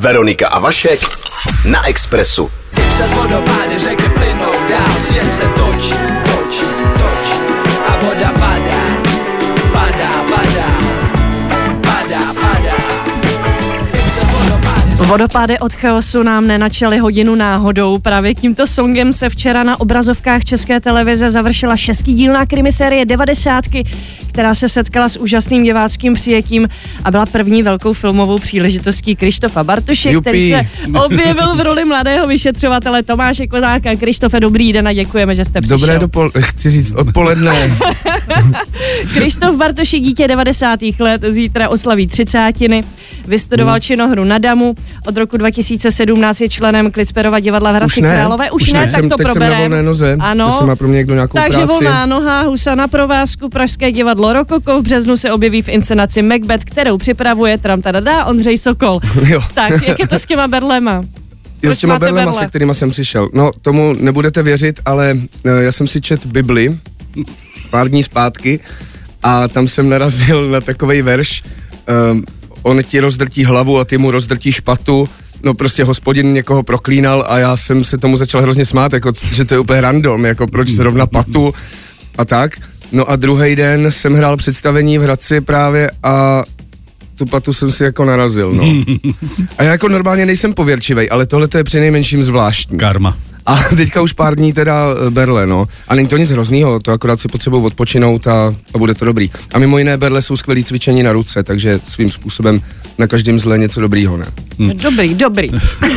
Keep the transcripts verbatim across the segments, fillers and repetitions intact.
Veronika a Vašek na Expressu. Ty přes vodopády řeky plynou dál, svět se točí, točí, točí a voda padá, padá, padá, padá, padá. Vodopády od chaosu nám nenačaly hodinu náhodou. Právě tímto songem se včera na obrazovkách České televize završila šestidílná krimisérie devadesátky, která se setkala s úžasným diváckým přijetím a byla první velkou filmovou příležitostí Krištofa Bartoše, Jupi. který se objevil v roli mladého vyšetřovatele Tomáše Kozáka. Krištofe, dobrý den a děkujeme, že jste přišel. Dobré dopol... chci říct odpoledne. Krištof Bartošek, dítě devadesátých let, zítra oslaví třicátiny. Vystudoval Hmm. činohru na Damu. Od roku dva tisíce sedmnáct je členem Klicperova divadla v Hradci Králové. Už, Už ne, ne, tak jsem, to teď probereme. jsem na volné noze, ano. jestli má pro mě někdo nějakou Takže práci. volná noha, husa na provázku, Pražské divadlo Rokoko. V březnu se objeví v inscenaci Macbeth, kterou připravuje tramtadadá Ondřej Sokol. Jo. Tak, jak je to s těma berlema? Jo, Proč s těma máte berlema, berle? se kterýma jsem přišel. No, tomu nebudete věřit, ale uh, já jsem si čet Bibli pár dní zpátky a tam jsem narazil na takovej verš. Um, on ti rozdrtí hlavu a ty mu rozdrtí špatu. No prostě Hospodin někoho proklínal a já jsem se tomu začal hrozně smát, jako, že to je úplně random, jako proč zrovna patu a tak. No a druhý den jsem hrál představení v Hradci právě a tu patu jsem si jako narazil, no. A já jako normálně nejsem pověrčivej, ale tohle to je přinejmenším zvláštní. Karma. A teďka už pár dní teda berle, no. A není to nic hroznýho, to akorát si potřebuji odpočinout a, a bude to dobrý. A mimo jiné berle jsou skvělý cvičení na ruce, takže svým způsobem na každém zle něco dobrýho, ne? Hm. Dobrý, dobrý.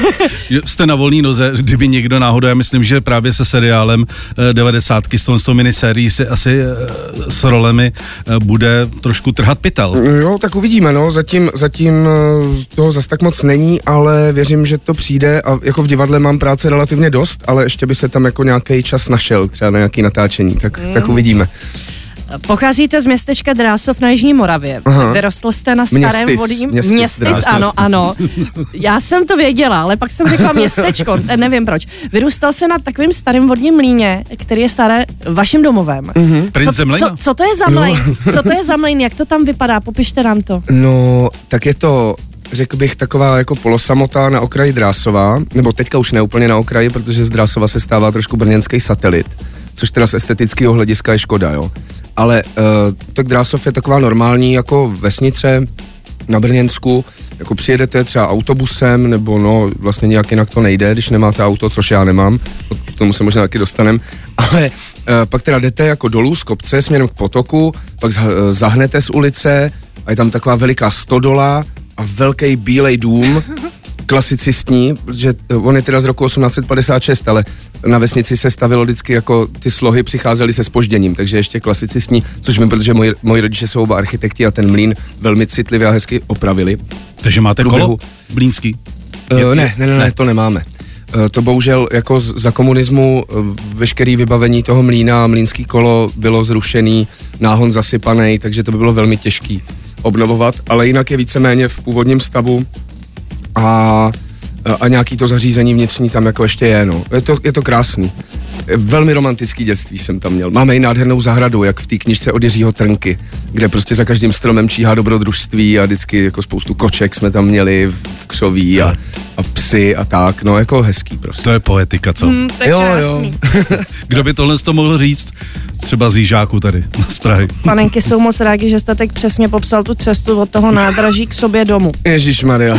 Jste na volný noze, kdyby někdo náhodou, já myslím, že právě se seriálem eh, devadesátky s tou, s tou minisérií si asi eh, s rolemi eh, bude trošku trhat pytel. Jo, tak uvidíme, no, zatím, zatím eh, toho zas tak moc není, ale věřím, že to přijde a jako v divadle mám práce relativně dost, ale ještě by se tam jako nějaký čas našel, třeba na nějaký natáčení, tak, mm. tak uvidíme. Pocházíte z městečka Drásov na Jižní Moravě. Aha. Vyrostl jste na starém Městys, vodním... Městys, Městys, Drásov. ano, ano. Já jsem to věděla, ale pak jsem řekla městečko, nevím proč. Vyrůstal se na takovém starém vodním mlýně, který je staré vaším domovem. Mm-hmm. Princ Co, Zemlejna? co, co to je za mlýn? Co to je za mlýn? Jak to tam vypadá? Popište nám to. No, tak je to, řekl bych, taková jako polosamota na okraji Drásova, nebo teďka už ne úplně na okraji, protože z Drásova se stává trošku brněnský satelit, což teda z estetického hlediska je škoda, jo. Ale uh, tak Drásov je taková normální jako vesnice na Brněnsku, jako přijedete třeba autobusem, nebo no vlastně nějak jinak to nejde, když nemáte auto, což já nemám, k tomu se možná taky dostanem, ale uh, pak teda jdete jako dolů z kopce směrem k potoku, pak zah- zahnete z ulice a je tam taková veliká stodola a velký bílej dům, klasicistní, protože on je teda z roku osmnáct set padesát šest, ale na vesnici se stavilo vždycky jako ty slohy přicházely se zpožděním, takže ještě klasicistní, což vím, protože moji, moji rodiče jsou oba architekti a ten mlýn velmi citlivě a hezky opravili. Takže máte kolo blínský? Uh, ne, ne, ne, ne, to nemáme. Uh, to bohužel jako z, za komunismu uh, veškerý vybavení toho mlýna, mlýnský kolo bylo zrušený, náhon zasypaný, takže to by bylo velmi těžký obnovovat, ale jinak je víceméně v původním stavu a, a nějaký to zařízení vnitřní tam jako ještě je, no. Je to, je to krásný. Velmi romantický dětství jsem tam měl. Máme i nádhernou zahradu, jak v té knižce od Jiřího Trnky, kde prostě za každým stromem číhá dobrodružství a vždycky jako spoustu koček jsme tam měli v křoví a, a psy a tak, no jako hezký prostě. To je poetika, co? Hmm, to je Jo, krásný. jo. Kdo by tohle to mohl říct? Třeba z Jižáku tady, z Prahy. Panenky jsou moc rádi, že jste teď přesně popsal tu cestu od toho nádraží k sobě domů. Ježišmarja.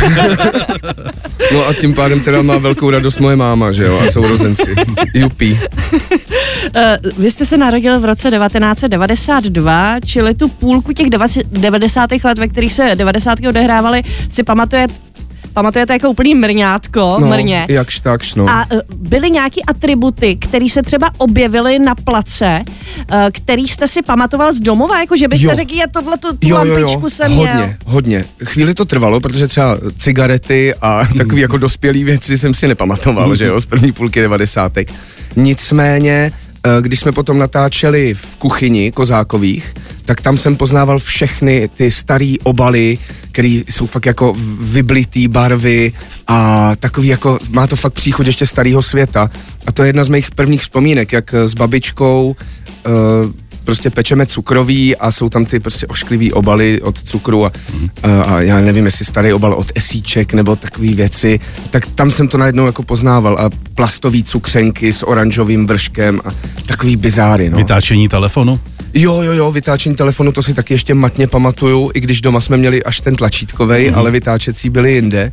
No a tím pádem teda má velkou radost moje máma, že jo, a sourozenci. Jupi. Uh, vy jste se narodil v roce devatenáct set devadesát dva, čili tu půlku těch devadesátých let, ve kterých se devadesátky odehrávaly, si pamatuje, pamatujete jako úplný mrňátko, No, mrně. jakž takž, no. A uh, byly nějaký atributy, které se třeba objevily na place, uh, který jste si pamatoval z domova, jako že byste Jo. řekl, je tohle tu Jo, jo, lampičku jo, jsem hodně, měl. hodně. Chvíli to trvalo, protože třeba cigarety a takový jako dospělý věci jsem si nepamatoval, že jo, z první půlky devadesátek. Nicméně, když jsme potom natáčeli v kuchyni Kozákových, tak tam jsem poznával všechny ty starý obaly, který jsou fakt jako vyblitý barvy a takový jako, má to fakt příchuť ještě starého světa. A to je jedna z mých prvních vzpomínek, jak s babičkou uh, prostě pečeme cukroví a jsou tam ty prostě ošklivý obaly od cukru a, a, a já nevím, jestli starý obal od esíček nebo takové věci, tak tam jsem to najednou jako poznával a plastový cukřenky s oranžovým vrškem a takový bizáry, no. Vytáčení telefonu? Jo, jo, jo, vytáčení telefonu, to si taky ještě matně pamatuju, i když doma jsme měli až ten tlačítkovej, mm. ale vytáčecí byly jinde.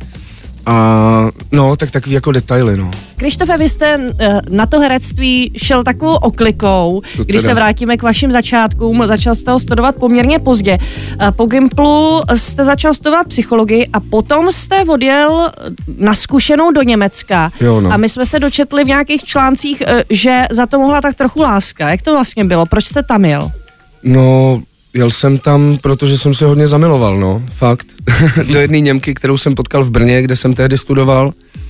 A no, tak takový jako detaily, no. Krištofe, vy jste na to herectví šel takovou oklikou, to když teda. se vrátíme k vašim začátkům, začal jste ho studovat poměrně pozdě. Po Gimplu jste začal studovat psychologii a potom jste odjel na zkušenou do Německa. Jo, no. A my jsme se dočetli v nějakých článcích, že za to mohla tak trochu láska. Jak to vlastně bylo? Proč jste tam jel? No, jel jsem tam, protože jsem se hodně zamiloval, no, fakt. Do jedné Němky, kterou jsem potkal v Brně, kde jsem tehdy studoval.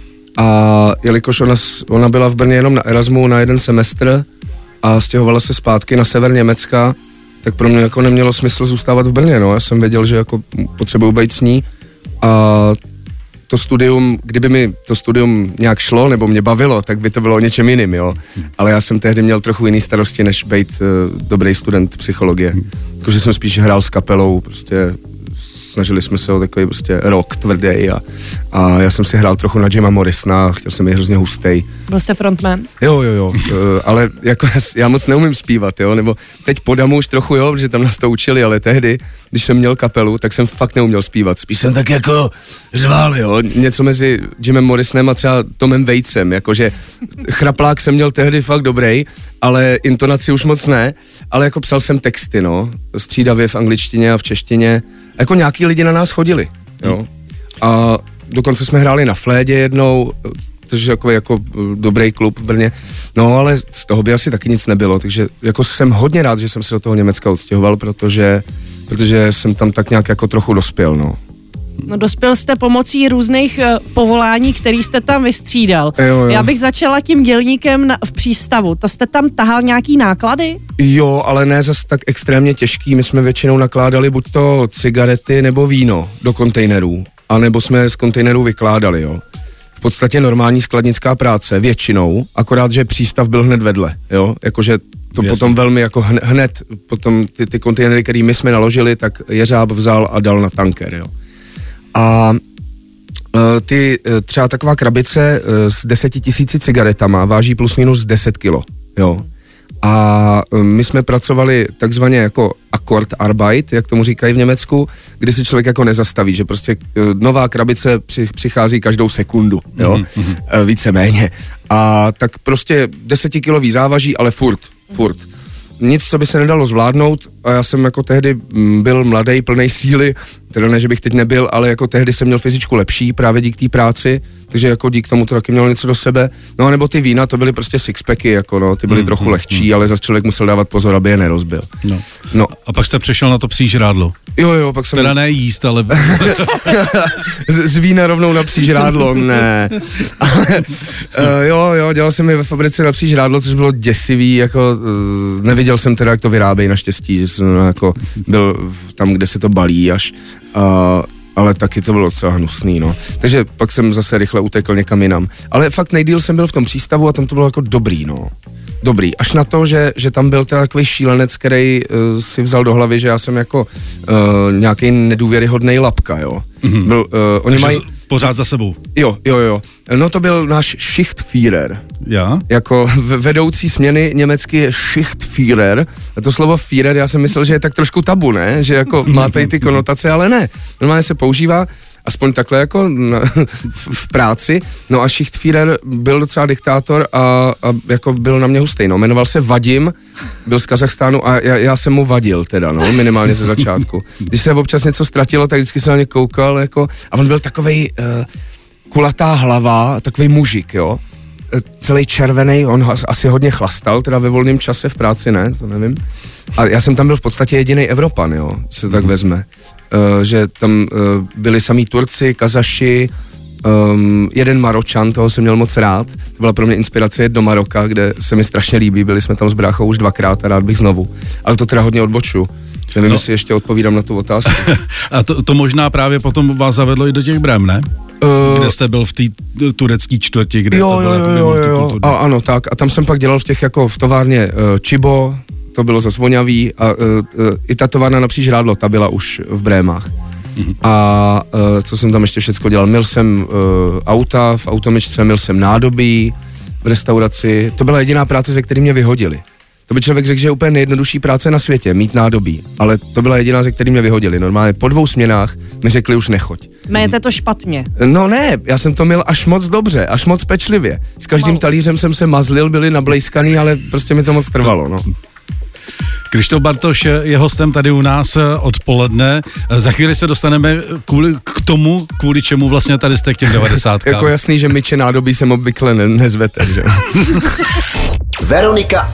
A jelikož ona, ona byla v Brně jenom na Erasmu na jeden semestr a stěhovala se zpátky na sever Německa, tak pro mě jako nemělo smysl zůstávat v Brně, no. Já jsem věděl, že jako potřebuji být s ní a to studium, kdyby mi to studium nějak šlo nebo mě bavilo, tak by to bylo o něčem jiným, jo. Ale já jsem tehdy měl trochu jiný starosti, než být uh, dobrý student psychologie. Jakože jsem spíš hrál s kapelou, prostě snažili jsme se o takový prostě rock tvrdý a, a já jsem si hrál trochu na Jima Morrisona, chtěl jsem být hrozně hustej. Byl jste frontman? Jo, jo, jo, uh, ale jako já, já moc neumím zpívat, jo, nebo teď podamu už trochu, jo, protože tam nás to učili, ale tehdy, když jsem měl kapelu, tak jsem fakt neuměl zpívat. Spíš jsem tak jako řval, jo, něco mezi Jimem Morrisonem a třeba Tomem Waitsem, jakože chraplák jsem měl tehdy fakt dobrý, ale intonaci už moc ne, ale jako psal jsem texty, no, střídavě v angličtině a v češtině, jako nějaký lidi na nás chodili, jo, a dokonce jsme hráli na Flédě jednou, takže jako, jako dobrý klub v Brně, no ale z toho by asi taky nic nebylo, takže jako jsem hodně rád, že jsem se do toho Německa odstěhoval, protože, protože jsem tam tak nějak jako trochu dospěl, no. No dospěl jste pomocí různých uh, povolání, který jste tam vystřídal. Jo, jo. Já bych začala tím dělníkem na, v přístavu. To jste tam tahal nějaký náklady? Jo, ale ne zas tak extrémně těžký, my jsme většinou nakládali buď to cigarety nebo víno do kontejnerů, anebo jsme z kontejnerů vykládali, jo. V podstatě normální skladnická práce, většinou, akorát, že přístav byl hned vedle, jo, jakože to Jasně. Potom velmi jako hned, potom ty, ty kontejnery, který my jsme naložili, tak Jeřáb vzal a dal na tanker, jo. A ty třeba taková krabice s deseti tisíci cigaretama váží plus minus deset kilo, jo. A my jsme pracovali takzvaně jako Akkordarbeit, jak tomu říkají v Německu, kdy se člověk jako nezastaví, že prostě nová krabice přichází každou sekundu, jo, mm-hmm. víceméně. A tak prostě desetikilový závaží, ale furt, furt. Nic, co by se nedalo zvládnout a já jsem jako tehdy byl mladý, plnej síly, teda ne, že bych teď nebyl, ale jako tehdy jsem měl fyzičku lepší právě díky té práci, takže jako dík tomu to taky mělo něco do sebe. No a nebo ty vína, to byly prostě sixpacky, jako no, ty byly mm, trochu mm, lehčí, mm. ale zase člověk musel dávat pozor, aby je nerozbil. No. No. A pak jste přešel na to psí žrádlo. Jo, jo, pak jsem... Teda ne jíst, ale... z, z vína rovnou na psí žrádlo, ne. Ale, uh, jo, jo, dělal jsem i ve fabrice na psí žrádlo, což bylo děsivý, jako uh, neviděl jsem teda, jak to vyrábějí naštěstí, že jsem no, jako byl tam, kde se to balí až... Uh, ale taky to bylo docela hnusný, no. Takže pak jsem zase rychle utekl někam jinam. Ale fakt nejdýl jsem byl v tom přístavu a tam to bylo jako dobrý, no. Dobrý. Až na to, že, že tam byl teda takový šílenec, který uh, si vzal do hlavy, že já jsem jako uh, nějaký nedůvěryhodnej lapka, jo. Mm-hmm. Byl, uh, oni mají... Pořád za sebou. Jo, jo, jo. No to byl náš Schichtführer. Já? Jako vedoucí směny německy je Schichtführer. A to slovo Führer, já jsem myslel, že je tak trošku tabu, ne? Že jako má tady ty konotace, ale ne. Normálně se používá aspoň takhle jako na, v, v práci. No a Schichtführer byl docela diktátor a, a jako byl na mě hustý, no. Jmenoval se Vadim, byl z Kazachstánu a já, já jsem mu vadil teda, no, minimálně ze začátku. Když se občas něco ztratilo, tak vždycky se na ně koukal, jako, a on byl takovej uh, kulatá hlava, takovej mužik, jo. Celý červený, on asi hodně chlastal, teda ve volném čase v práci, ne, to nevím. A já jsem tam byl v podstatě jediný Evropan, jo, se tak vezme. Uh, že tam uh, byli samý Turci, Kazaši, um, jeden Maročan, toho jsem měl moc rád. To byla pro mě inspirace jet do Maroka, kde se mi strašně líbí, byli jsme tam s bráchou už dvakrát a rád bych znovu. Ale to teda hodně odboču. Nevím, no. Jestli ještě odpovídám na tu otázku. A to, to možná právě potom vás zavedlo i do těch Brem, ne? Uh, kde jste byl v té turecké čtvrti, kde jo, to byla jo, jo, jo, jo. A, ano, tak. A tam jsem pak dělal v těch jako v továrně uh, Čibo, to bylo zas vonavý a uh, uh, i ta továrna na Přížrádlo, ta byla už v Brémách. Mm-hmm. A uh, co jsem tam ještě všecko dělal, mil jsem uh, auta v automyčce, mil jsem nádobí v restauraci, to byla jediná práce, ze které mě vyhodili. To by člověk řekl, že je úplně nejjednodušší práce na světě, mít nádobí, ale to byla jediná, ze které mě vyhodili. Normálně po dvou směnách mi řekli už nechoď. Mějete to špatně. No ne, já jsem to měl až moc dobře, až moc pečlivě. S každým talířem jsem se mazlil, byli nablejskaný, ale prostě mi to moc trvalo, no. Krištof Bartoš je hostem tady u nás odpoledne. Za chvíli se dostaneme kvůli, k tomu, kvůli čemu vlastně tady jste k těm devadesátkám. Jako jasný, že myče nádobí jsem obvykle ne, nezvete, že? Veronika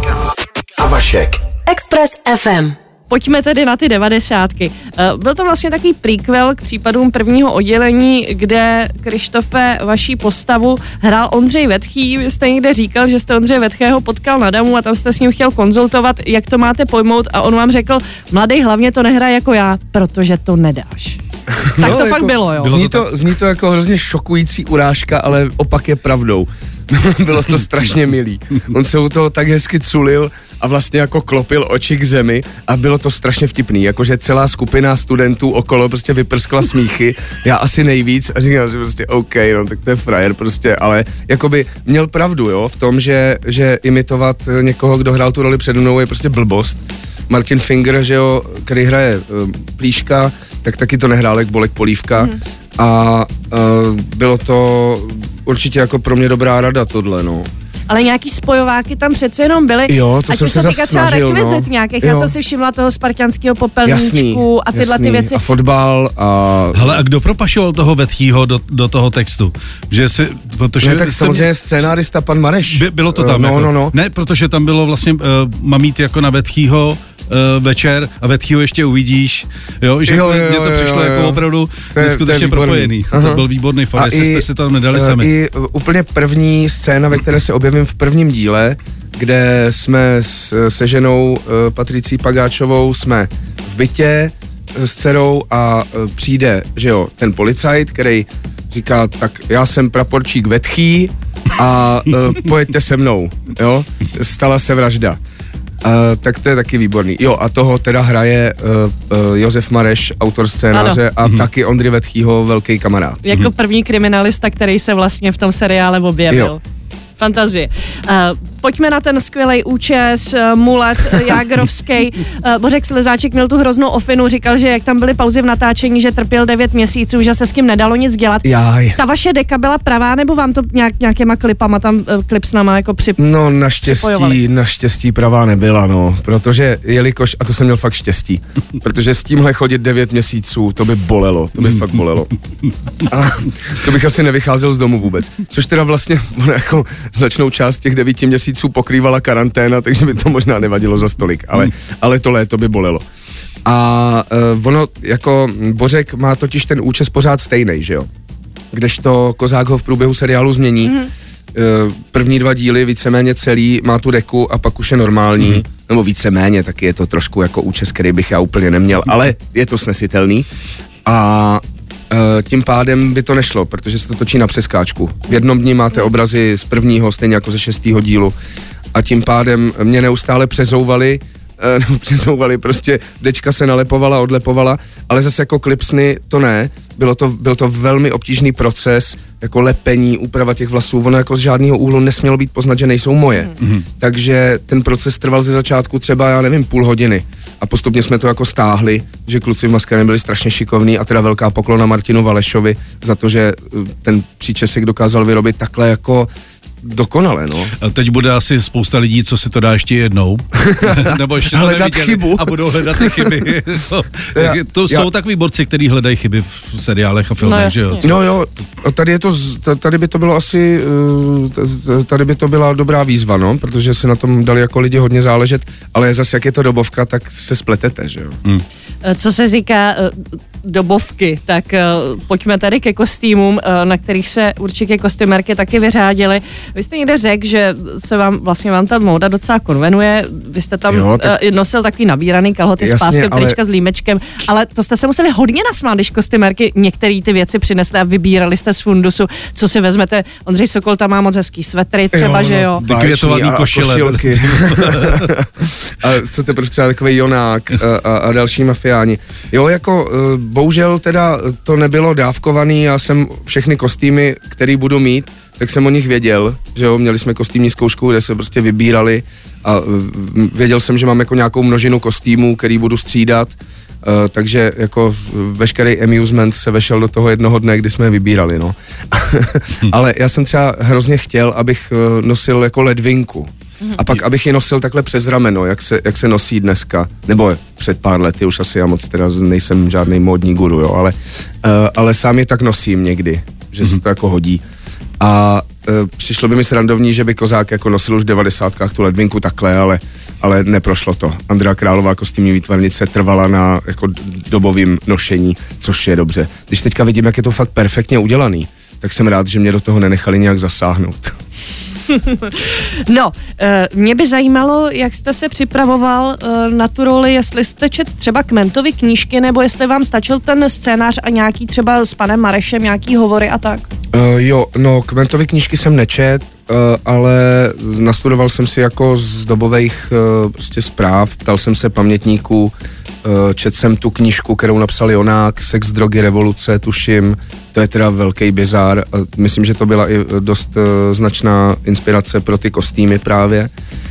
a Vašek. Express ef em. Pojďme tedy na ty devadesátky. Byl to vlastně takový prequel k případům prvního oddělení, kde, Krištofe, vaší postavu hrál Ondřej Vetchý. Vy jste někde říkal, že jste Ondřeje Vetchého potkal na Damu a tam jste s ním chtěl konzultovat, jak to máte pojmout, a on vám řekl, mladý, hlavně to nehraje jako já, protože to nedáš. Tak no, to jako, fakt bylo, jo. Zní to, zní to jako hrozně šokující urážka, ale opak je pravdou. Bylo to strašně milý. On se u toho tak hezky culil a vlastně jako klopil oči k zemi a bylo to strašně vtipný, jakože celá skupina studentů okolo prostě vyprskla smíchy, já asi nejvíc a říkal si prostě OK, no tak to je frajer prostě, ale jakoby měl pravdu, jo, v tom, že, že imitovat někoho, kdo hrál tu roli před mnou, je prostě blbost. Martin Finger, že jo, který hraje uh, Plíška, tak taky to nehrál jak Bolek Polívka mm. a uh, bylo to určitě jako pro mě dobrá rada tohle, no. Ale nějaký spojováky tam přece jenom byly. Jo, to ať jsem se zase snažil, rekvizit no. nějakých. Jo. Já jsem si všimla toho spartanského popelníčku jasný, a tyhle jasný. ty věci. A fotbal a... Hele, a kdo propašoval toho Vetchýho do, do toho textu? Že si, protože ne, tak samozřejmě mě... scénárista pan Mareš. By, bylo to tam, uh, no, jako, no, no. Ne, protože tam bylo vlastně, uh, má mít jako na Vetchýho Uh, večer a Vetchýho ještě uvidíš, jo, že jo, jo, mně to přišlo jo, jo. jako opravdu neskutečně propojený. Aha. To byl výborný fakt, jestli jste si to tam nedali uh, sami. I úplně první scéna, ve které se objevím v prvním díle, kde jsme s, se ženou uh, Patricí Pagáčovou, jsme v bytě uh, s dcerou a uh, přijde, že jo, ten policajt, který říká, tak já jsem praporčík Vetchý a uh, pojďte se mnou, jo, stala se vražda. Uh, tak to je taky výborný. Jo, a toho teda hraje uh, uh, Josef Mareš, autor scénáře, ano. a mm-hmm. taky Ondry Vetchýho velký kamarád. Jako mm-hmm. první kriminalista, který se vlastně v tom seriále objevil. Jo. Fantazie. Uh, pojďme na ten skvělej účes, uh, mulet jágrovský. Uh, Bořek Slezáček měl tu hroznou ofinu, říkal, že jak tam byly pauzy v natáčení, že trpěl devět měsíců, že se s tím nedalo nic dělat. Jaj. Ta vaše deka byla pravá, nebo vám to nějak, nějakýma klipama tam uh, klip s náma jako přip, No naštěstí, naštěstí pravá nebyla, no, protože jelikož, a to jsem měl fakt štěstí, protože s tímhle chodit devět měsíců, to by bolelo, to by fakt bolelo. A to bych asi nevycházel z domu vůbec, což teda vlastně jako značnou část těch devíti měsíců pokrývala karanténa, takže by to možná nevadilo za stolik, ale, ale to léto by bolelo. A uh, ono, jako Bořek má totiž ten účes pořád stejnej, že jo? Kdežto Kozák ho v průběhu seriálu změní. Mm. Uh, první dva díly víceméně celý má tu deku a pak už je normální, mm. nebo víceméně, taky je to trošku jako účes, který bych já úplně neměl, ale je to snesitelný. A tím pádem by to nešlo, protože se to točí na přeskáčku. V jednom dni máte obrazy z prvního, stejně jako ze šestého dílu. A tím pádem mě neustále přezouvali, no, přezouvali, prostě dečka se nalepovala, odlepovala, ale zase jako klipsny to ne. Bylo to, byl to velmi obtížný proces, jako lepení, úprava těch vlasů. Ono jako z žádného úhlu nesmělo být poznat, že nejsou moje. Mm-hmm. Takže ten proces trval ze začátku třeba, já nevím, půl hodiny. A postupně jsme to jako stáhli, že kluci v Maskarně byli strašně šikovní a teda velká poklona Martinu Valešovi za to, že ten příčesek dokázal vyrobit takhle jako dokonale, no. A teď bude asi spousta lidí, co si to dá ještě jednou. Nebo ještě to neviděli chybu. A budou hledat ty chyby. já, to já, jsou takový borci, kteří hledají chyby v seriálech a filmech, no, že jo? No jo, tady, je to, tady by to bylo asi, tady by to byla dobrá výzva, no, protože se na tom dali jako lidi hodně záležet, ale zase jak je to dobovka, tak se spletete, že jo? Hmm. Co se říká dobovky, tak pojďme tady ke kostýmům, na kterých se určitě kostymérky taky vyřádily. Vy jste někde řekl, že se vám vlastně vám ta móda docela konvenuje. Vy jste tam jo, tak... uh, nosil takový nabíraný kalhoty s páskem, ale... trička s límečkem, ale to jste se museli hodně nasmát, když kostymérky některé ty věci přinesly a vybírali jste z fundusu, co si vezmete. Ondřej Sokol tam má moc hezký svetry třeba, jo, že jo. Ty květovaný košile. A co teprve třeba takový Jonák a, a, a další mafiáni. Jo, jako bohužel teda to nebylo dávkovaný, já jsem všechny kostýmy, který budu mít, tak jsem o nich věděl, že jo, měli jsme kostýmní zkoušku, kde se prostě vybírali a věděl jsem, že mám jako nějakou množinu kostýmů, který budu střídat, uh, takže jako veškerý amusement se vešel do toho jednoho dne, kdy jsme je vybírali, no. Ale já jsem třeba hrozně chtěl, abych nosil jako ledvinku. A pak, abych ji nosil takhle přes rameno, jak se, jak se nosí dneska, nebo před pár lety, už asi já moc teda nejsem žádný módní guru, jo, ale, uh, ale sám je tak nosím někdy, že se to jako hodí. A uh, přišlo by mi srandovní, že by Kozák jako nosil už v devadesátkách tu ledvinku takhle, ale, ale neprošlo to. Andrea Králová kostýmní výtvarnice trvala na jako dobovým nošení, což je dobře. Když teďka vidím, jak je to fakt perfektně udělaný, tak jsem rád, že mě do toho nenechali nějak zasáhnout. No, mě by zajímalo, jak jste se připravoval na tu roli, jestli jste čet třeba Kmentovy knížky, nebo jestli vám stačil ten scénář a nějaký třeba s panem Marešem, nějaký hovory a tak? Uh, jo, no, Kmentovy knížky jsem nečet, uh, ale nastudoval jsem si jako z dobových uh, prostě zpráv, ptal jsem se pamětníků, uh, čet jsem tu knížku, kterou napsal Jonák, Sex, drogy, revoluce, tuším, to je teda velký bizár. Myslím, že to byla i dost uh, značná inspirace pro ty kostýmy právě.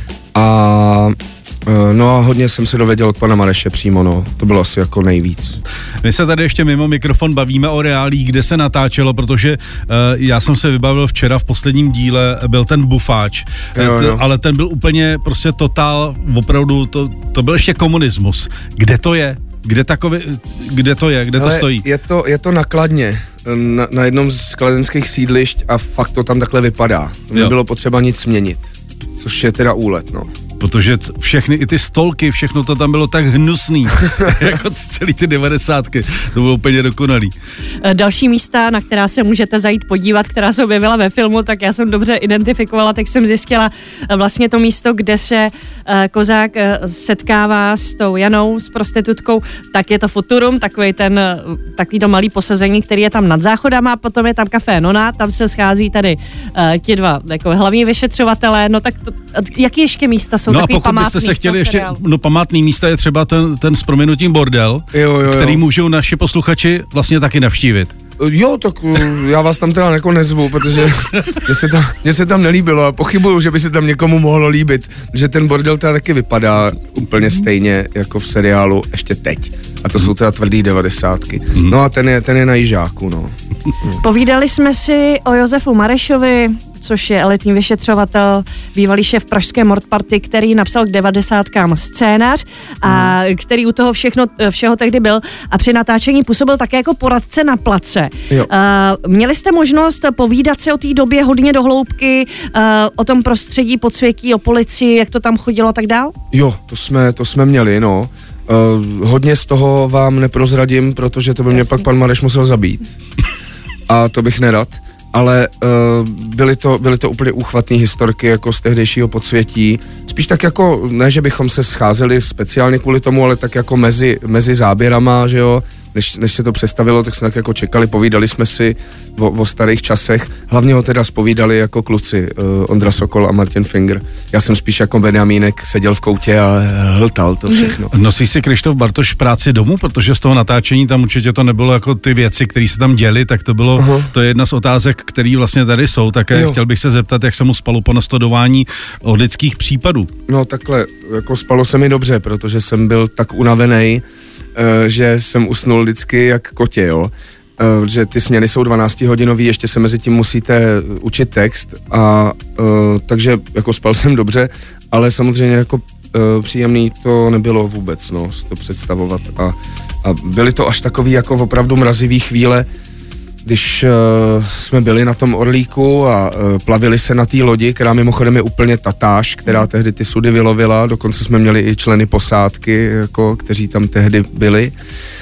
A uh, no a hodně jsem se dověděl od pana Mareše přímo, no. To bylo asi jako nejvíc. My se tady ještě mimo mikrofon bavíme o reálích, kde se natáčelo, protože uh, já jsem se vybavil včera v posledním díle, byl ten bufáč, jo, jo. ale ten byl úplně prostě totál, opravdu, to, to byl ještě komunismus. Kde to je? Kde takový, kde to je, kde Hele, to stojí? Je to, je to na Kladně, na, na jednom z kladenských sídlišť a fakt to tam takhle vypadá. Nebylo potřeba nic měnit, což je teda úlet, no. Protože všechny, i ty stolky, všechno to tam bylo tak hnusný, jako celý ty devadesátky, to bylo úplně dokonalý. Další místa, na která se můžete zajít podívat, která se objevila ve filmu, tak já jsem dobře identifikovala, tak jsem zjistila vlastně to místo, kde se Kozák setkává s tou Janou, s prostitutkou, tak je to Futurum, takový ten, takový to malý posazení, který je tam nad záchodama, a potom je tam Café Nona, tam se schází tady ti dva jako hlavní vyšetřovatelé, no tak to, jaký ještě místa jsou? No a pokud byste se chtěli ještě, seriálu. no památný místa je třeba ten, ten s prominutím bordel, jo, jo, jo. který můžou naši posluchači vlastně taky navštívit. Jo, tak já vás tam teda jako nezvu, protože mě se, tam, mě se tam nelíbilo a pochybuju, že by se tam někomu mohlo líbit, že ten bordel teda taky vypadá úplně stejně jako v seriálu ještě teď. A to jsou teda tvrdý devadesátky. No a ten je, ten je na Jižáku, no. Povídali jsme si o Josefu Marešovi, což je elitní vyšetřovatel, bývalý šéf pražské Mordparty, který napsal k devadesátkám scénář a který u toho všechno, všeho tehdy byl a při natáčení působil také jako poradce na place. Jo. Uh, měli jste možnost povídat si o té době hodně do hloubky, uh, o tom prostředí, podsvětí, o policii, jak to tam chodilo a tak dál? Jo, to jsme, to jsme měli, no. Uh, hodně z toho vám neprozradím, protože to by mě Jasně. pak pan Mareš musel zabít. A to bych nerad. Ale uh, byly, to, byly to úplně úchvatné historky jako z tehdejšího podsvětí. Spíš tak jako, ne, že bychom se scházeli speciálně kvůli tomu, ale tak jako mezi, mezi záběrama, že jo. Než, než se to představilo, tak jsme tak jako čekali, povídali jsme si o, o starých časech. Hlavně ho teda zpovídali jako kluci, uh, Ondra Sokol a Martin Finger. Já jsem spíš jako Benjamínek seděl v koutě a hltal to všechno. Nosí si Krištof Bartoš práci domů, protože z toho natáčení tam určitě to nebylo jako ty věci, které se tam děly, tak to bylo, uh-huh. to je jedna z otázek, které vlastně tady jsou. Také jo. Chtěl bych se zeptat, jak se mu spalo po nastudování od lidských případů. No takhle, jako spalo se mi dobře, protože jsem byl tak unavený, že jsem usnul vždycky jak kotě, jo. Že ty směny jsou dvanáctihodinový, ještě se mezi tím musíte učit text a takže jako spal jsem dobře, ale samozřejmě jako příjemný to nebylo vůbec, no, to představovat a, a byly to až takový jako opravdu mrazivý chvíle, když uh, jsme byli na tom Orlíku a uh, plavili se na té lodi, která mimochodem je úplně tatáž, která tehdy ty sudy vylovila, dokonce jsme měli i členy posádky, jako, kteří tam tehdy byli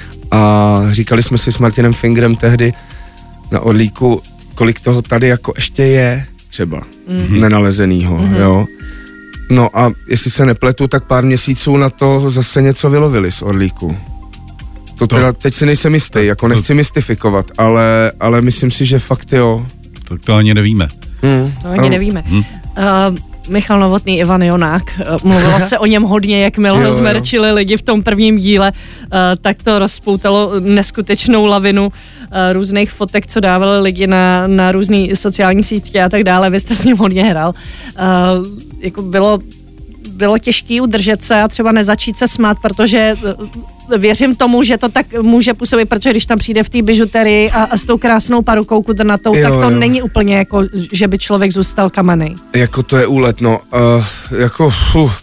a říkali jsme si s Martinem Fingerem tehdy na Orlíku, kolik toho tady jako ještě je, třeba, mm-hmm. nenalezenýho, mm-hmm. jo. No a jestli se nepletu, tak pár měsíců na to zase něco vylovili z orlíku. To, to teda teď si nejsem jistý, jako nechci mystifikovat, ale, ale myslím si, že fakt jo. To, to ani nevíme. Hmm. To ani nevíme. Hmm. Uh, Michal Novotný, Ivan Jonák, uh, mluvilo se o něm hodně, jakmile ho zmerčili lidi v tom prvním díle, uh, tak to rozpoutalo neskutečnou lavinu uh, různých fotek, co dávali lidi na, na různé sociální sítě a tak dále. Vy jste s ním hodně hrál. Uh, jako bylo bylo těžké udržet se a třeba nezačít se smát, protože věřím tomu, že to tak může působit, protože když tam přijde v té bižuterii a, a s tou krásnou parukou kudrnatou, jo, tak to jo. není úplně jako, že by člověk zůstal kamenej. Jako to je úlet, no. Uh, jako, uh,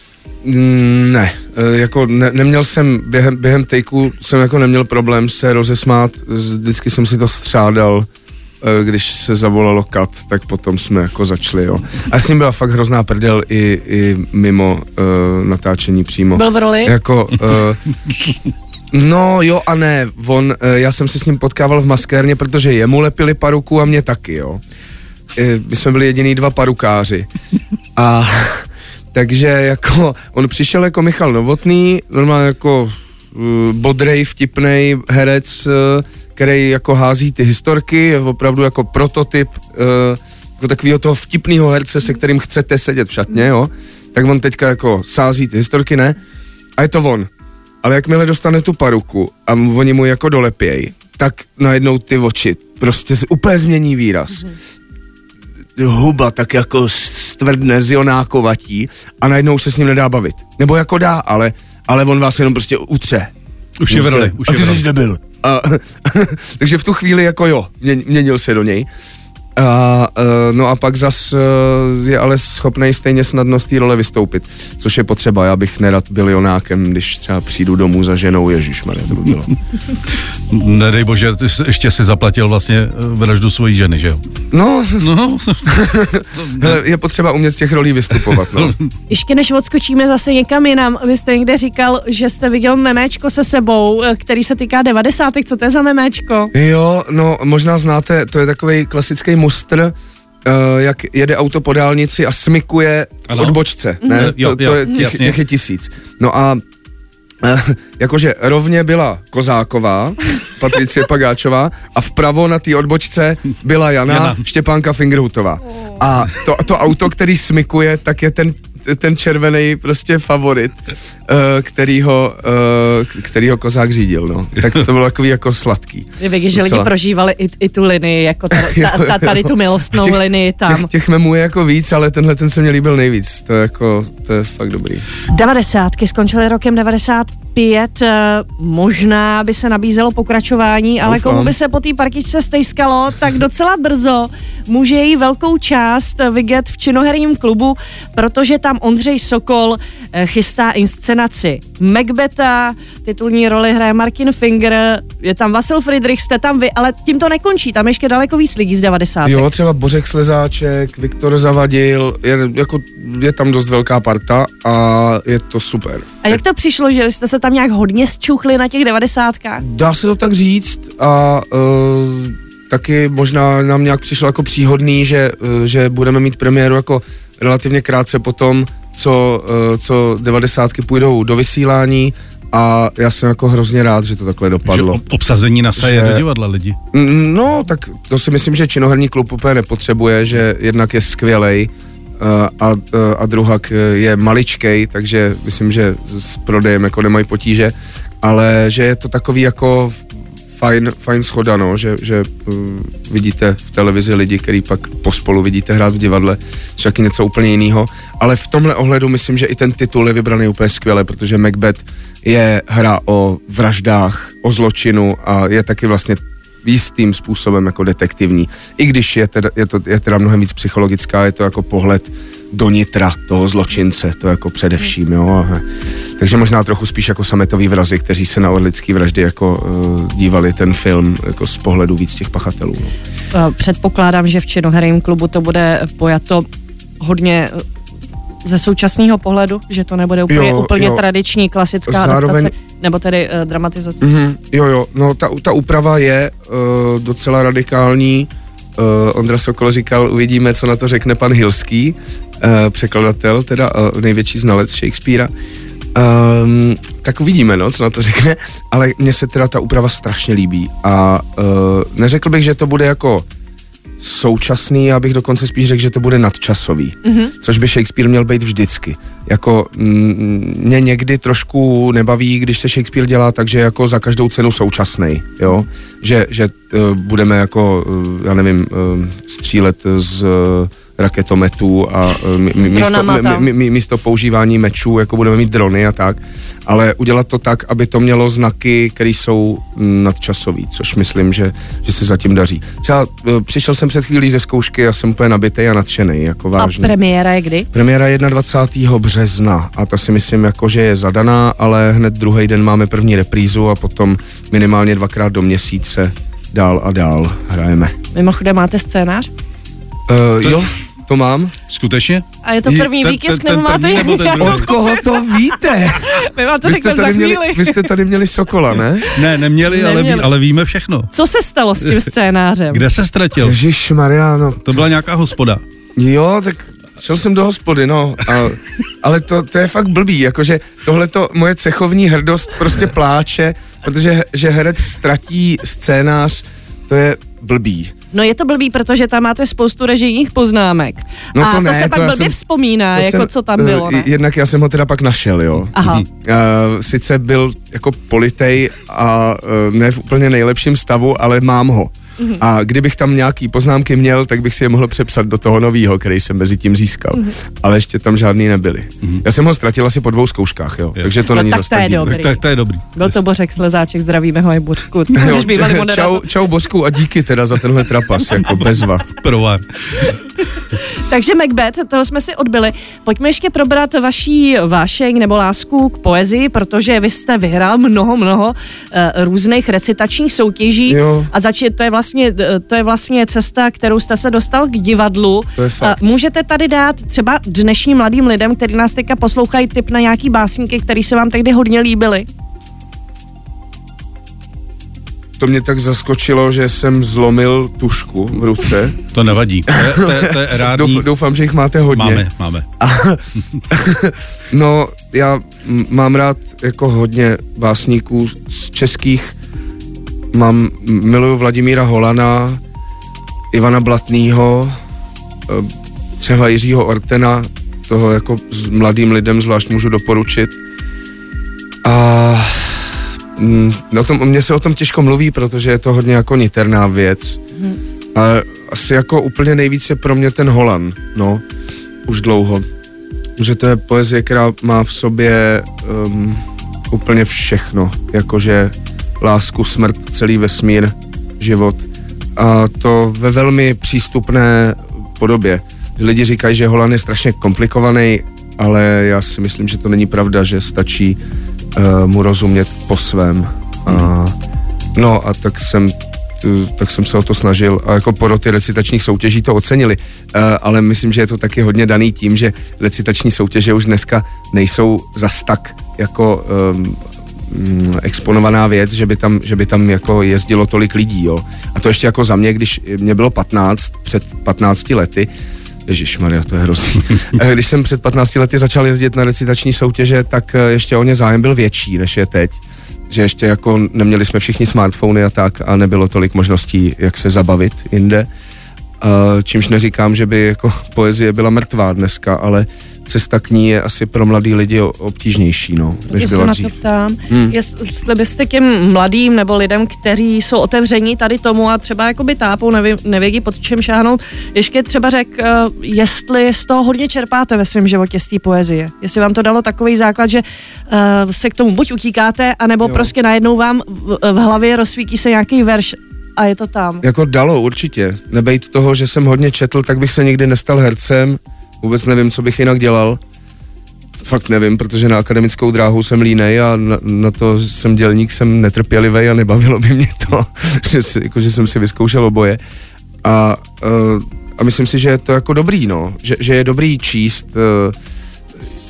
ne, uh, jako ne, neměl jsem, během, během takeu jsem jako neměl problém se rozesmát, vždycky jsem si to střádal, když se zavolalo kat, tak potom jsme jako začali, jo. A s ním byla fakt hrozná prdel i, i mimo uh, natáčení přímo. Byl v roli? Jako, uh, no jo a ne, on, uh, já jsem se s ním potkával v maskérně, protože jemu lepili paruku a mě taky, jo. I, my jsme byli jediný dva parukáři. A takže jako, on přišel jako Michal Novotný, normálně jako uh, bodrej, vtipnej herec, uh, který jako hází ty historky, je opravdu jako prototyp uh, jako takového toho vtipného herce, se kterým chcete sedět v šatně, jo, tak on teďka jako sází ty historky, ne? A je to on. Ale jakmile dostane tu paruku a oni mu jako dolepějí, tak najednou ty oči prostě úplně změní výraz. Mm-hmm. Huba tak jako stvrdne, zjonákovatí a najednou se s ním nedá bavit. Nebo jako dá, ale, ale on vás jenom prostě utře. Už je v roli. A ty jsi debil. A, takže v tu chvíli jako jo, měnil se do něj. A, no a pak zas je ale schopnej stejně snadno z té role vystoupit, což je potřeba. Já bych nerad byl Jonákem, když třeba přijdu domů za ženou, ježišmarja, to by bylo. Nedej bože, ty jsi, ještě si zaplatil vlastně vraždu svojí ženy, že jo? No, no. Hele, je potřeba umět z těch rolí vystupovat, no. Ještě než odskočíme zase někam jinam, vy jste někde říkal, že jste viděl meméčko se sebou, který se týká devadesátek, co to je za meméčko? Jo, no možná znáte, to je takovej klasický mustr, uh, jak jede auto po dálnici a smykuje ano. odbočce, ne? Mm-hmm. To, to jo, je, těch, těch je tisíc. No a uh, jakože rovně byla Kozáková, Patricie Pagáčová a vpravo na té odbočce byla Jana, Jana. Štěpánka Fingerhutová. A to, to auto, který smykuje, tak je ten ten červený prostě favorit, uh, kterýho, uh, kterýho Kozák řídil, no. Tak to bylo takový jako sladký. Víš, že lidi prožívali i, i tu linii, jako ta, ta, ta, tady tu milostnou těch, linii tam. Těch, těch memů je jako víc, ale tenhle ten se mě líbil nejvíc. To je jako, to je fakt dobrý. devadesátky skončily rokem devadesát pět, možná by se nabízelo pokračování, ale Doufám. Komu by se po té partičce stejskalo, tak docela brzo může její velkou část vidět v činoherním klubu, protože tam Ondřej Sokol chystá inscenaci Macbetha, titulní roli hraje Martin Finger, je tam Vasil Friedrich, jste tam vy, ale tím to nekončí, tam ještě daleko víc lidí z devadesátek. Jo, třeba Bořek Slezáček, Viktor Zavadil, je, jako, je tam dost velká parta a je to super. A jak to přišlo, že jste se tam nějak hodně zčuchli na těch devadesátkách? Dá se to tak říct a uh, taky možná nám nějak přišlo jako příhodný, že, uh, že budeme mít premiéru jako relativně krátce potom, co, uh, co devadesátky půjdou do vysílání a já jsem jako hrozně rád, že to takhle dopadlo. Že obsazení nasaje že... do divadla lidi. No, tak to si myslím, že činoherní klub úplně nepotřebuje, že jednak je skvělej a, a druhak je maličkej, takže myslím, že s prodejem jako nemají potíže, ale že je to takový jako fajn, fajn schoda, no, že, že uh, vidíte v televizi lidi, který pak pospolu vidíte hrát v divadle, což taky něco úplně jiného, ale v tomhle ohledu myslím, že i ten titul je vybraný úplně skvěle, protože Macbeth je hra o vraždách, o zločinu a je taky vlastně jistým způsobem jako detektivní. I když je teda, je to, je teda mnohem víc psychologická, je to jako pohled do nitra toho zločince, to jako především, jo. Takže možná trochu spíš jako sametový vrazi, kteří se na orlický vraždy jako uh, dívali ten film jako z pohledu víc těch pachatelů. No. Předpokládám, že v činoherním klubu to bude pojato hodně ze současného pohledu, že to nebude úplně, jo, úplně jo. tradiční, klasická Zároveň... adaptace, nebo tedy uh, dramatizace. Mm-hmm, jo, jo, no ta, ta úprava je uh, docela radikální uh, Ondra Sokol říkal, uvidíme, co na to řekne pan Hilský, uh, překladatel, teda uh, největší znalec Shakespearea. Um, tak uvidíme, no, co na to řekne, ale mně se teda ta úprava strašně líbí a uh, neřekl bych, že to bude jako současný, já bych dokonce spíš řekl, že to bude nadčasový, mm-hmm. což by Shakespeare měl být vždycky. Jako m, mě někdy trošku nebaví, když se Shakespeare dělá tak, že jako za každou cenu současnej, jo, že, že uh, budeme jako, uh, já nevím, uh, střílet z uh, raketometů a m- místo, m- m- místo používání mečů, jako budeme mít drony a tak, ale udělat to tak, aby to mělo znaky, které jsou nadčasový, což myslím, že, že se zatím daří. Třeba uh, přišel jsem před chvílí ze zkoušky a jsem úplně nabitej a nadšenej, jako vážně. A premiéra je kdy? Premiéra je dvacátého prvního března a ta si myslím, jako, že je zadaná, ale hned druhý den máme první reprízu a potom minimálně dvakrát do měsíce dál a dál hrajeme. Mimochodem máte scénář? Uh, jo, to mám. Skutečně? A je to první ten, výtisk, ten, nebo ten máte? nebo ten Od koho to víte? My vám to vy, řekneme jste za tady měli, chvíli. vy jste tady měli Sokola, ne? Ne, neměli, neměli. Ale, ví, ale víme všechno. Co se stalo s tím scénářem? Kde se ztratil? Ježišmarja, no. To byla nějaká hospoda. Jo, tak šel jsem do hospody, no. A, ale to, to je fakt blbý, jakože tohleto moje cechovní hrdost prostě pláče, protože že herec ztratí scénář, to je blbý. No je to blbý, protože tam máte spoustu režijních poznámek. No a to, to ne, se pak to blbě jsem, vzpomíná, jako jsem, co tam bylo, ne? Jednak já jsem ho teda pak našel, jo. Aha. Uh, sice byl jako politej a uh, ne v úplně nejlepším stavu, ale mám ho. Mm-hmm. A kdybych tam nějaký poznámky měl, tak bych si je mohl přepsat do toho novýho, který jsem mezi tím získal. Mm-hmm. Ale ještě tam žádný nebyli. Mm-hmm. Já jsem ho ztratil asi po dvou zkouškách, jo. Je. Takže to No není tak zas to je tak dobrý. Tak to, to je dobrý. Byl to Bořek Slezáček, zdravíme ho i Bořku. Jo, čau, čau Bořku a díky teda za tenhle trapas, jako bezva. Provár. Takže Macbeth, toho jsme si odbyli. Pojďme ještě probrat vaší vášeň nebo lásku k poezii, protože vy jste vyhrál mnoho, mnoho uh, různých recitačních soutěží. Jo. A zač- to je vlastně, to je vlastně cesta, kterou jste se dostal k divadlu. To je fakt. Uh, můžete tady dát třeba dnešním mladým lidem, kteří nás teďka poslouchají, tip na nějaký básníky, který se vám tehdy hodně líbily? To mě tak zaskočilo, že jsem zlomil tušku v ruce. To nevadí. To je, to je, to je erádní. Douf, doufám, že jich máte hodně. Máme, máme. A, no, já m- mám rád jako hodně básníků z českých. Mám, miluju Vladimíra Holana, Ivana Blatnýho, třeba Jiřího Ortena, toho jako s mladým lidem zvlášť můžu doporučit. A no tom, mně se o tom těžko mluví, protože je to hodně jako niterná věc. Hmm. Ale asi jako úplně nejvíc je pro mě ten Holan, no, už dlouho. Že to je poezie, která má v sobě um, úplně všechno, jakože lásku, smrt, celý vesmír, život. A to ve velmi přístupné podobě. Lidi říkají, že Holan je strašně komplikovaný, ale já si myslím, že to není pravda, že stačí uh, mu rozumět po svém. A, no a tak jsem, tak jsem se o to snažil a jako poroty recitačních soutěží to ocenili, uh, ale myslím, že je to taky hodně daný tím, že recitační soutěže už dneska nejsou zas tak jako um, exponovaná věc, že by tam, že by tam jako jezdilo tolik lidí, jo. A to ještě jako za mě, když mě bylo patnáct, před patnácti lety, ježišmarja, to je hrozný. Když jsem před patnácti lety začal jezdit na recitační soutěže, tak ještě o ně zájem byl větší, než je teď. Že ještě jako neměli jsme všichni smartfony a tak a nebylo tolik možností, jak se zabavit jinde. Čímž neříkám, že by jako poezie byla mrtvá dneska, ale cesta k ní je asi pro mladý lidi obtížnější, no, než byla dřív. Já se na to ptám, hmm. jestli byste těm mladým nebo lidem, kteří jsou otevření tady tomu a třeba jakoby tápou, neví, nevědí pod čem šáhnout, ještě třeba řek, uh, jestli z toho hodně čerpáte ve svém životě z té poezie. Jestli vám to dalo takový základ, že uh, se k tomu buď utíkáte, anebo jo. prostě najednou vám v, v hlavě rozsvítí se nějaký verš a je to tam. Jako dalo, určitě. Nebejt toho, že jsem hodně četl, tak bych se nikdy nestal hercem. Vůbec nevím, co bych jinak dělal. Fakt nevím, protože na akademickou dráhu jsem línej a na, na to, že jsem dělník, jsem netrpělivej a nebavilo by mě to, že, si, jako, že jsem si vyzkoušel oboje. A, uh, a myslím si, že je to jako dobrý, no. Že, že je dobrý číst uh,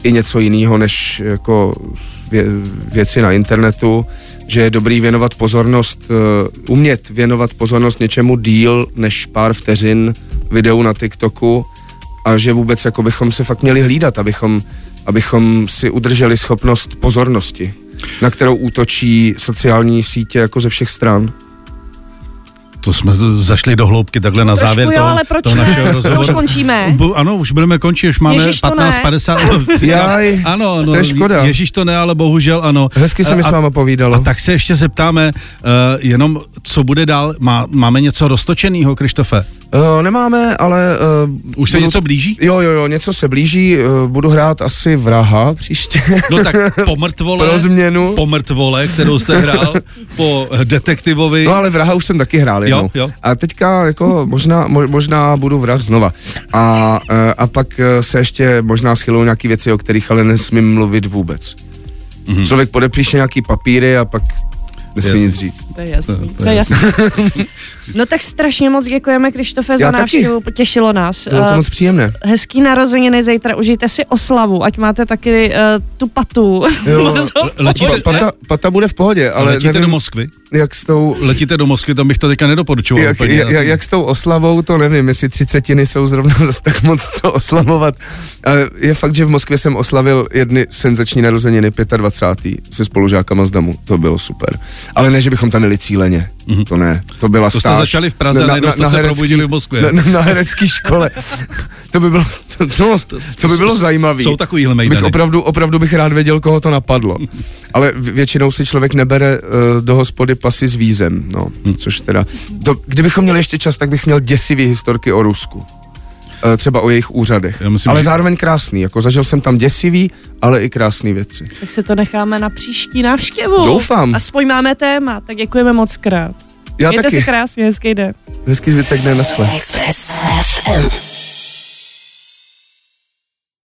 i něco jiného než jako vě, věci na internetu, že je dobrý věnovat pozornost, uh, umět věnovat pozornost něčemu díl než pár vteřin videu na TikToku a že vůbec jako bychom se fakt měli hlídat, abychom, abychom si udrželi schopnost pozornosti, na kterou útočí sociální sítě jako ze všech stran. To jsme zašli do hloubky takhle na Trošku závěr jo, toho, ale proč toho ne? našeho rozhovoru. Už končíme. Bu, ano, už budeme končit, už máme Ježiš, to patnáct ne. padesát. Jaj, ano, ano, to je škoda. Ježíš to ne, ale bohužel ano. Hezky se mi A- s váma povídalo. A tak se ještě zeptáme, uh, jenom co bude dál. Má, máme něco roztočenýho, Krištofe? Uh, nemáme, ale... Uh, Už se budu... něco blíží? Jo, jo, jo, něco se blíží, uh, budu hrát asi Vraha příště. No tak po mrtvole, Pro změnu. po mrtvole, kterou se hrál, po detektivovi. No ale Vraha už jsem taky hrál jednou. Jo, jo. A teďka jako možná, mo, možná budu Vrah znova. A, uh, a pak uh, se ještě možná schylou nějaký věci, o kterých ale nesmím mluvit vůbec. Mm-hmm. Člověk podepíše nějaký papíry a pak nesmí Jasný. nic říct. To je jasný, To- to to je je jasný. No tak strašně moc děkujeme, Krištofe, za Já taky. návštěvu, potěšilo nás. Bylo to Eh, moc příjemné. Hezký narozeniny zítra, užijte si oslavu, ať máte taky uh, tu patu. Jo, Brzo v letíte- pohodě. Pa, pata, pata bude v pohodě, ale Letíte nevím, do Moskvy? jak s tou... Letíte do Moskvy, to bych to teďka nedoporučoval Jak, úplně. jak, jak, jak s tou oslavou, to nevím, jestli třicetiny jsou zrovna zase tak moc co oslavovat. Ale je fakt, že v Moskvě jsem oslavil jedny senzační narozeniny dvacátého pátého se spolužákama z Damu, to bylo super. Ale ne, že bychom tam jeli cíleně, mm-hmm. to ne, to byla To jste stáž. začali v Praze a najednou jste se herecký- probudili v Moskvě. Na, na, na herecké škole. To by bylo, to, no, to by bylo zajímavé. Jsou takovýhle Bych mejdany. opravdu, opravdu bych rád věděl, koho to napadlo. Ale v- většinou si člověk nebere uh, do hospody pasy s vízem, no, Hm. což teda, to, kdybychom měli ještě čas, tak bych měl děsivý historky o Rusku. Uh, třeba o jejich úřadech. Já myslím, ale že- zároveň krásný, jako zažil jsem tam děsivý, ale i krásný věci. Tak si to necháme na příští návštěvu. Doufám. Aspoň máme téma, tak děkujeme moc krát. Já Mějte taky. si krásně, hezký den. Hezký zbytek dne, naschle. Express F M.